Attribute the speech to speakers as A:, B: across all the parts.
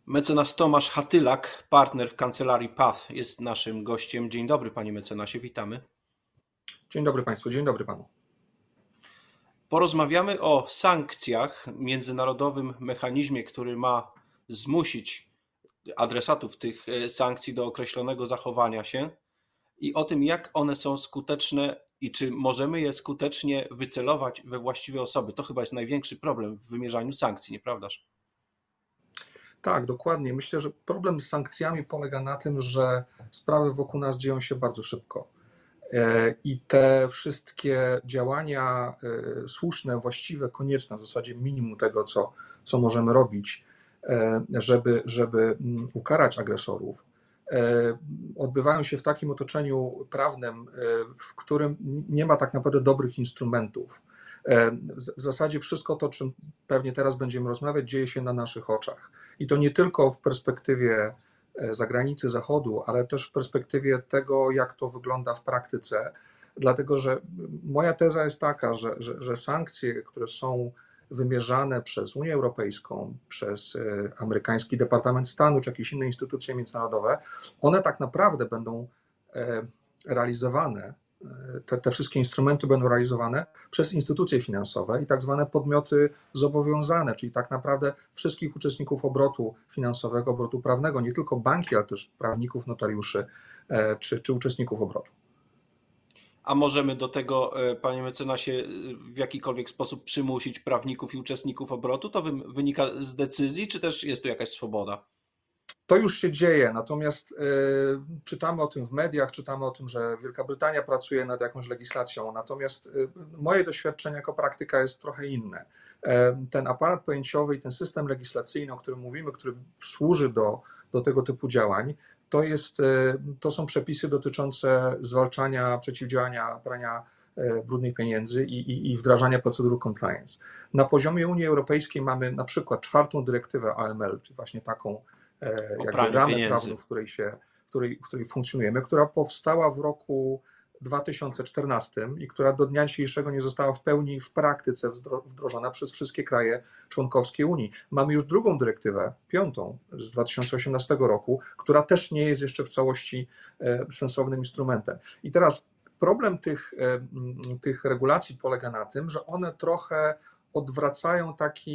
A: Mecenas Tomasz Hatylak, partner w kancelarii PATH, jest naszym gościem. Dzień dobry, panie mecenasie, witamy.
B: Dzień dobry państwu, dzień dobry panu.
A: Porozmawiamy o sankcjach, międzynarodowym mechanizmie, który ma zmusić adresatów tych sankcji do określonego zachowania się i o tym, jak one są skuteczne i czy możemy je skutecznie wycelować we właściwe osoby. To chyba jest największy problem w wymierzaniu sankcji, nieprawdaż?
B: Tak, dokładnie. Myślę, że problem z sankcjami polega na tym, że sprawy wokół nas dzieją się bardzo szybko. I te wszystkie działania słuszne, właściwe, konieczne, w zasadzie minimum tego, co możemy robić, żeby ukarać agresorów, odbywają się w takim otoczeniu prawnym, w którym nie ma tak naprawdę dobrych instrumentów. W zasadzie wszystko to, o czym pewnie teraz będziemy rozmawiać, dzieje się na naszych oczach. I to nie tylko w perspektywie zagranicy Zachodu, ale też w perspektywie tego, jak to wygląda w praktyce. Dlatego, że moja teza jest taka, że sankcje, które są wymierzane przez Unię Europejską, przez amerykański Departament Stanu, czy jakieś inne instytucje międzynarodowe, one tak naprawdę będą realizowane, te wszystkie instrumenty będą realizowane przez instytucje finansowe i tak zwane podmioty zobowiązane, czyli tak naprawdę wszystkich uczestników finansowego, obrotu prawnego, nie tylko banki, ale też prawników, notariuszy czy uczestników obrotu.
A: A możemy do tego, panie mecenasie, w jakikolwiek sposób przymusić prawników i uczestników obrotu? To wynika z decyzji, czy też jest tu jakaś swoboda?
B: To już się dzieje, natomiast czytamy o tym w mediach, czytamy o tym, że Wielka Brytania pracuje nad jakąś legislacją, natomiast moje doświadczenie jako praktyka jest trochę inne. Ten aparat pojęciowy i ten system legislacyjny, o którym mówimy, który służy do tego typu działań, to są przepisy dotyczące zwalczania, przeciwdziałania prania brudnych pieniędzy i wdrażania procedur compliance. Na poziomie Unii Europejskiej mamy na przykład 4. dyrektywę AML, czyli właśnie taką jakby ramę prawną, w której funkcjonujemy, która powstała w roku 2014 i która do dnia dzisiejszego nie została w pełni w praktyce wdrożona przez wszystkie kraje członkowskie Unii. Mamy już 2. dyrektywę, 5. z 2018 roku, która też nie jest jeszcze w całości sensownym instrumentem. I teraz problem tych regulacji polega na tym, że one trochę odwracają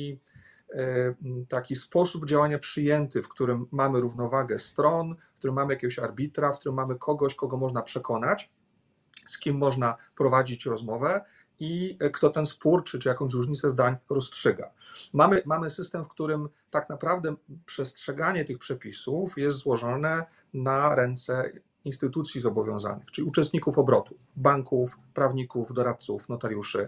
B: taki sposób działania przyjęty, w którym mamy równowagę stron, w którym mamy jakiegoś arbitra, w którym mamy kogoś, kogo można przekonać, z kim można prowadzić rozmowę i kto ten spór czy jakąś różnicę zdań rozstrzyga. Mamy system, w którym tak naprawdę przestrzeganie tych przepisów jest złożone na ręce instytucji zobowiązanych, czyli uczestników obrotu, banków, prawników, doradców, notariuszy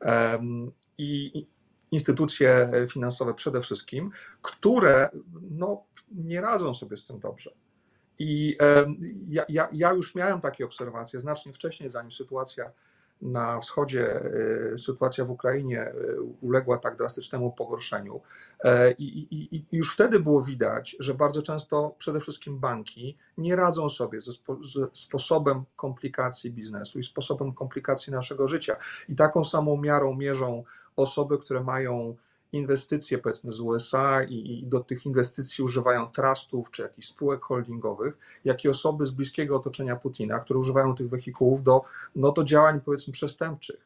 B: i instytucje finansowe przede wszystkim, które nie radzą sobie z tym dobrze. I ja już miałem takie obserwacje znacznie wcześniej, zanim sytuacja na wschodzie, sytuacja w Ukrainie uległa tak drastycznemu pogorszeniu. I już wtedy było widać, że bardzo często przede wszystkim banki nie radzą sobie ze sposobem komplikacji biznesu i sposobem komplikacji naszego życia. I taką samą miarą mierzą osoby, które mają inwestycje, powiedzmy, z USA i do tych inwestycji używają trustów czy jakichś spółek holdingowych, jak i osoby z bliskiego otoczenia Putina, które używają tych wehikułów do działań, powiedzmy, przestępczych.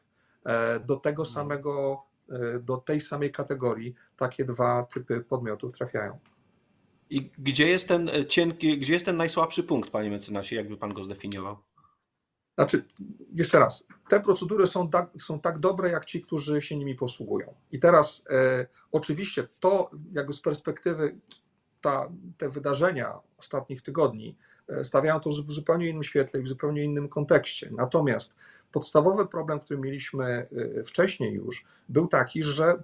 B: Do tej samej kategorii takie 2 typy podmiotów trafiają.
A: I gdzie jest ten najsłabszy punkt, panie mecenasie, jakby pan go zdefiniował?
B: Znaczy, jeszcze raz, te procedury są tak dobre, jak ci, którzy się nimi posługują. I teraz oczywiście to jakby z perspektywy te wydarzenia ostatnich tygodni stawiają to w zupełnie innym świetle i w zupełnie innym kontekście. Natomiast podstawowy problem, który mieliśmy wcześniej już, był taki, że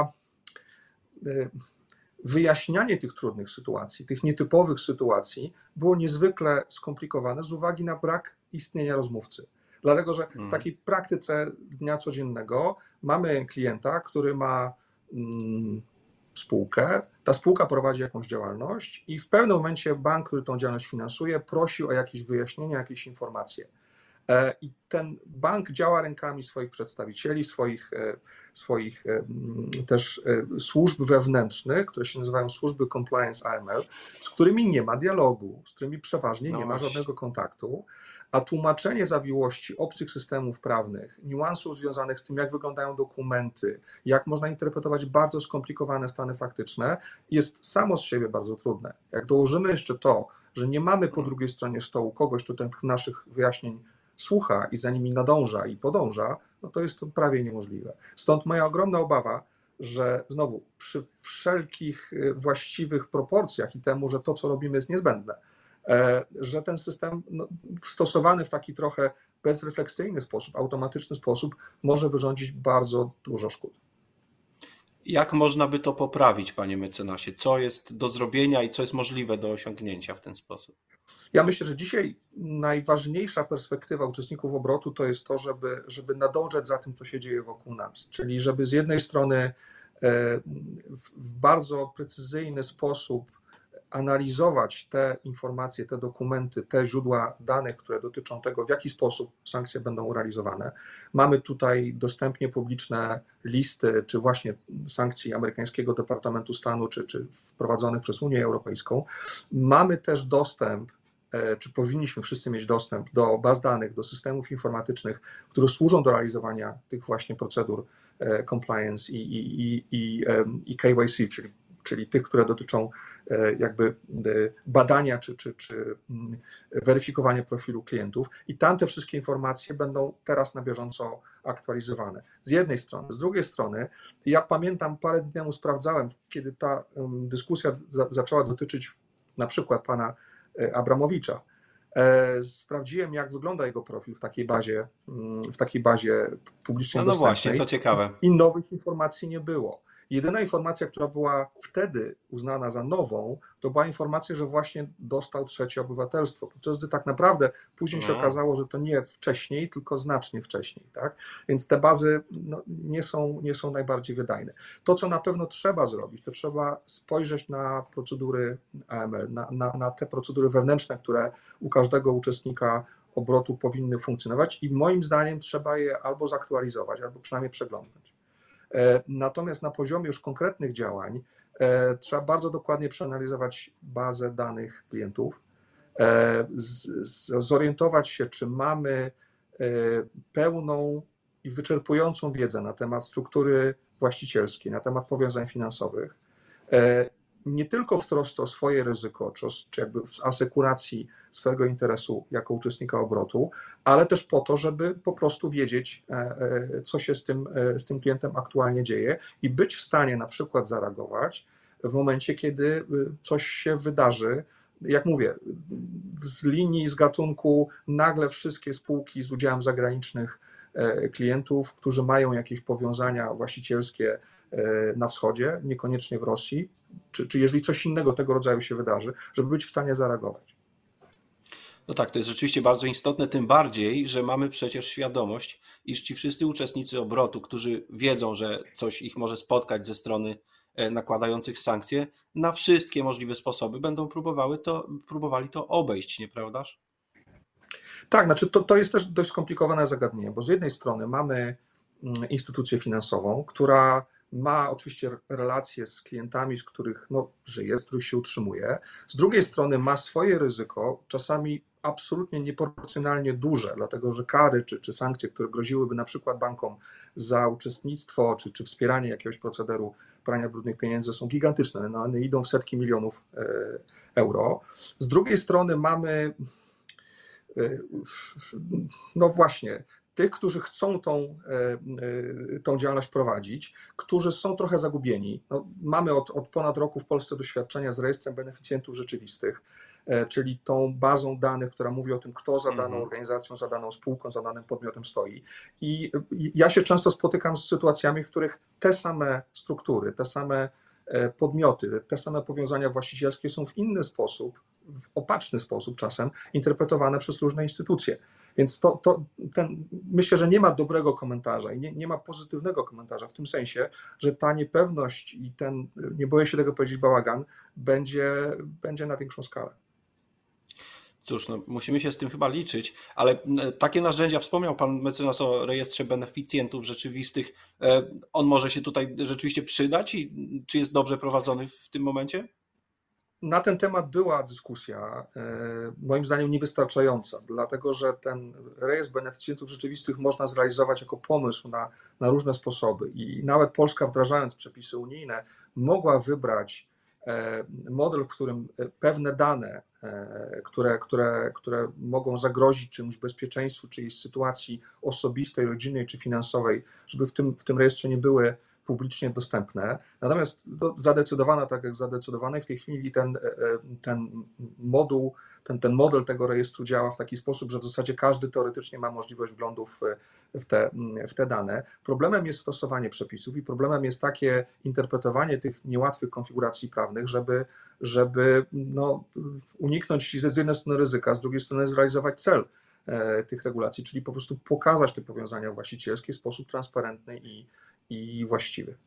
B: wyjaśnianie tych trudnych sytuacji, tych nietypowych sytuacji było niezwykle skomplikowane z uwagi na brak istnienia rozmówcy. Dlatego, że w takiej praktyce dnia codziennego mamy klienta, który ma spółkę, ta spółka prowadzi jakąś działalność i w pewnym momencie bank, który tą działalność finansuje, prosi o jakieś wyjaśnienia, jakieś informacje. I ten bank działa rękami swoich przedstawicieli, swoich też służb wewnętrznych, które się nazywają służby compliance AML, z którymi nie ma dialogu, z którymi przeważnie
A: No
B: nie ma żadnego
A: właśnie.
B: kontaktu, a tłumaczenie zawiłości obcych systemów prawnych, niuansów związanych z tym, jak wyglądają dokumenty, jak można interpretować bardzo skomplikowane stany faktyczne, jest samo z siebie bardzo trudne. Jak dołożymy jeszcze to, że nie mamy po drugiej stronie stołu kogoś, kto tych naszych wyjaśnień słucha i za nimi nadąża i podąża, no to jest to prawie niemożliwe. Stąd moja ogromna obawa, że znowu przy wszelkich właściwych proporcjach i temu, że to, co robimy, jest niezbędne, że ten system stosowany w taki trochę bezrefleksyjny sposób, automatyczny sposób może wyrządzić bardzo dużo szkód.
A: Jak można by to poprawić, panie mecenasie? Co jest do zrobienia i co jest możliwe do osiągnięcia w ten sposób?
B: Ja myślę, że dzisiaj najważniejsza perspektywa uczestników obrotu to jest to, żeby nadążać za tym, co się dzieje wokół nas. Czyli żeby z jednej strony w bardzo precyzyjny sposób analizować te informacje, te dokumenty, te źródła danych, które dotyczą tego, w jaki sposób sankcje będą realizowane. Mamy tutaj dostępnie publiczne listy, czy właśnie sankcji amerykańskiego Departamentu Stanu, czy wprowadzonych przez Unię Europejską. Mamy też dostęp, czy powinniśmy wszyscy mieć dostęp do baz danych, do systemów informatycznych, które służą do realizowania tych właśnie procedur compliance i KYC, czyli tych, które dotyczą jakby badania czy weryfikowania profilu klientów, i tam te wszystkie informacje będą teraz na bieżąco aktualizowane. Z jednej strony. Z drugiej strony, ja pamiętam, parę dni temu sprawdzałem, kiedy ta dyskusja zaczęła dotyczyć na przykład pana Abramowicza. Sprawdziłem, jak wygląda jego profil w takiej bazie publicznie
A: No
B: dostępnej.
A: właśnie, to ciekawe.
B: I nowych informacji nie było. Jedyna informacja, która była wtedy uznana za nową, to była informacja, że właśnie dostał trzecie obywatelstwo. Podczas gdy tak naprawdę później się okazało, że to nie wcześniej, tylko znacznie wcześniej. Tak? Więc te bazy nie są najbardziej wydajne. To, co na pewno trzeba zrobić, to trzeba spojrzeć na procedury AML, na te procedury wewnętrzne, które u każdego uczestnika obrotu powinny funkcjonować, i moim zdaniem trzeba je albo zaktualizować, albo przynajmniej przeglądać. Natomiast na poziomie już konkretnych działań trzeba bardzo dokładnie przeanalizować bazę danych klientów, zorientować się, czy mamy pełną i wyczerpującą wiedzę na temat struktury właścicielskiej, na temat powiązań finansowych, nie tylko w trosce o swoje ryzyko, czy jakby w asekuracji swojego interesu jako uczestnika obrotu, ale też po to, żeby po prostu wiedzieć, co się z tym klientem aktualnie dzieje i być w stanie na przykład zareagować w momencie, kiedy coś się wydarzy. Jak mówię, z linii, z gatunku nagle wszystkie spółki z udziałem zagranicznych klientów, którzy mają jakieś powiązania właścicielskie na wschodzie, niekoniecznie w Rosji, czy jeżeli coś innego tego rodzaju się wydarzy, żeby być w stanie zareagować.
A: No tak, to jest rzeczywiście bardzo istotne, tym bardziej, że mamy przecież świadomość, iż ci wszyscy uczestnicy obrotu, którzy wiedzą, że coś ich może spotkać ze strony nakładających sankcje, na wszystkie możliwe sposoby będą próbowali to obejść, nieprawdaż?
B: Tak, znaczy to jest też dość skomplikowane zagadnienie, bo z jednej strony mamy instytucję finansową, która ma oczywiście relacje z klientami, z których żyje, z których się utrzymuje. Z drugiej strony ma swoje ryzyko, czasami absolutnie nieproporcjonalnie duże, dlatego że kary czy sankcje, które groziłyby na przykład bankom za uczestnictwo czy wspieranie jakiegoś procederu prania brudnych pieniędzy, są gigantyczne. One idą w setki milionów euro. Z drugiej strony mamy właśnie tych, którzy chcą tą działalność prowadzić, którzy są trochę zagubieni. Mamy od ponad roku w Polsce doświadczenia z rejestrem beneficjentów rzeczywistych, czyli tą bazą danych, która mówi o tym, kto za daną organizacją, za daną spółką, za danym podmiotem stoi. I ja się często spotykam z sytuacjami, w których te same struktury, te same podmioty, te same powiązania właścicielskie są w inny sposób, w opaczny sposób czasem interpretowane przez różne instytucje. Więc myślę, że nie ma dobrego komentarza i nie ma pozytywnego komentarza w tym sensie, że ta niepewność i nie boję się tego powiedzieć, bałagan będzie na większą skalę.
A: Cóż, no, musimy się z tym chyba liczyć, ale takie narzędzia, wspomniał pan mecenas o rejestrze beneficjentów rzeczywistych, on może się tutaj rzeczywiście przydać i czy jest dobrze prowadzony w tym momencie?
B: Na ten temat była dyskusja, moim zdaniem niewystarczająca, dlatego że ten rejestr beneficjentów rzeczywistych można zrealizować jako pomysł na różne sposoby i nawet Polska, wdrażając przepisy unijne, mogła wybrać model, w którym pewne dane, które mogą zagrozić czymś bezpieczeństwu, czyjejś sytuacji osobistej, rodzinnej czy finansowej, żeby w tym rejestrze nie były publicznie dostępne. Natomiast zadecydowano tak, jak zadecydowano i w tej chwili ten moduł, ten model tego rejestru działa w taki sposób, że w zasadzie każdy teoretycznie ma możliwość wglądu w te dane. Problemem jest stosowanie przepisów i problemem jest takie interpretowanie tych niełatwych konfiguracji prawnych, żeby uniknąć z jednej strony ryzyka, z drugiej strony zrealizować cel tych regulacji, czyli po prostu pokazać te powiązania właścicielskie w sposób transparentny i właściwy.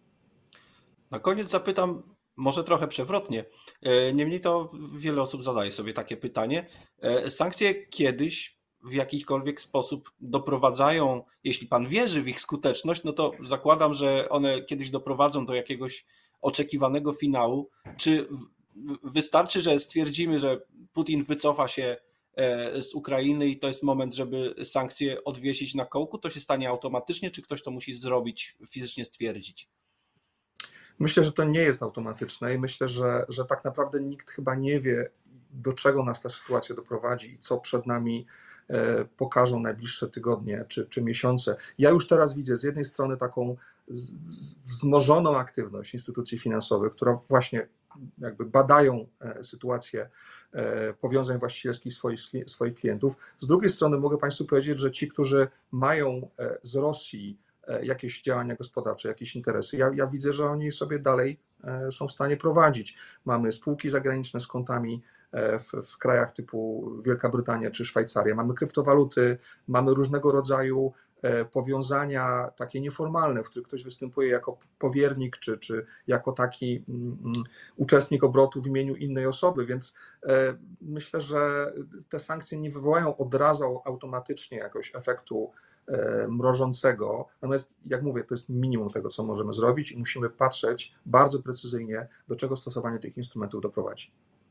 A: Na koniec zapytam, może trochę przewrotnie, niemniej to wiele osób zadaje sobie takie pytanie. Sankcje kiedyś w jakikolwiek sposób doprowadzają, jeśli pan wierzy w ich skuteczność, no to zakładam, że one kiedyś doprowadzą do jakiegoś oczekiwanego finału. Czy wystarczy, że stwierdzimy, że Putin wycofa się z Ukrainy i to jest moment, żeby sankcje odwiesić na kołku? To się stanie automatycznie, czy ktoś to musi zrobić, fizycznie stwierdzić?
B: Myślę, że to nie jest automatyczne i myślę, że tak naprawdę nikt chyba nie wie, do czego nas ta sytuacja doprowadzi i co przed nami pokażą najbliższe tygodnie czy miesiące. Ja już teraz widzę z jednej strony taką wzmożoną aktywność instytucji finansowych, które właśnie jakby badają sytuację powiązań właścicielskich swoich klientów. Z drugiej strony mogę Państwu powiedzieć, że ci, którzy mają z Rosji jakieś działania gospodarcze, jakieś interesy, ja widzę, że oni sobie dalej są w stanie prowadzić. Mamy spółki zagraniczne z kontami w krajach typu Wielka Brytania czy Szwajcaria, mamy kryptowaluty, mamy różnego rodzaju powiązania takie nieformalne, w których ktoś występuje jako powiernik czy jako taki uczestnik obrotu w imieniu innej osoby, więc myślę, że te sankcje nie wywołają od razu automatycznie jakoś efektu mrożącego. Natomiast, jak mówię, to jest minimum tego, co możemy zrobić i musimy patrzeć bardzo precyzyjnie, do czego stosowanie tych instrumentów doprowadzi.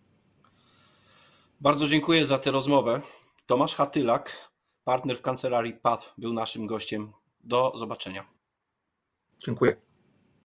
A: Bardzo dziękuję za tę rozmowę. Tomasz Hatylak, partner w kancelarii PATH, był naszym gościem. Do zobaczenia.
B: Dziękuję.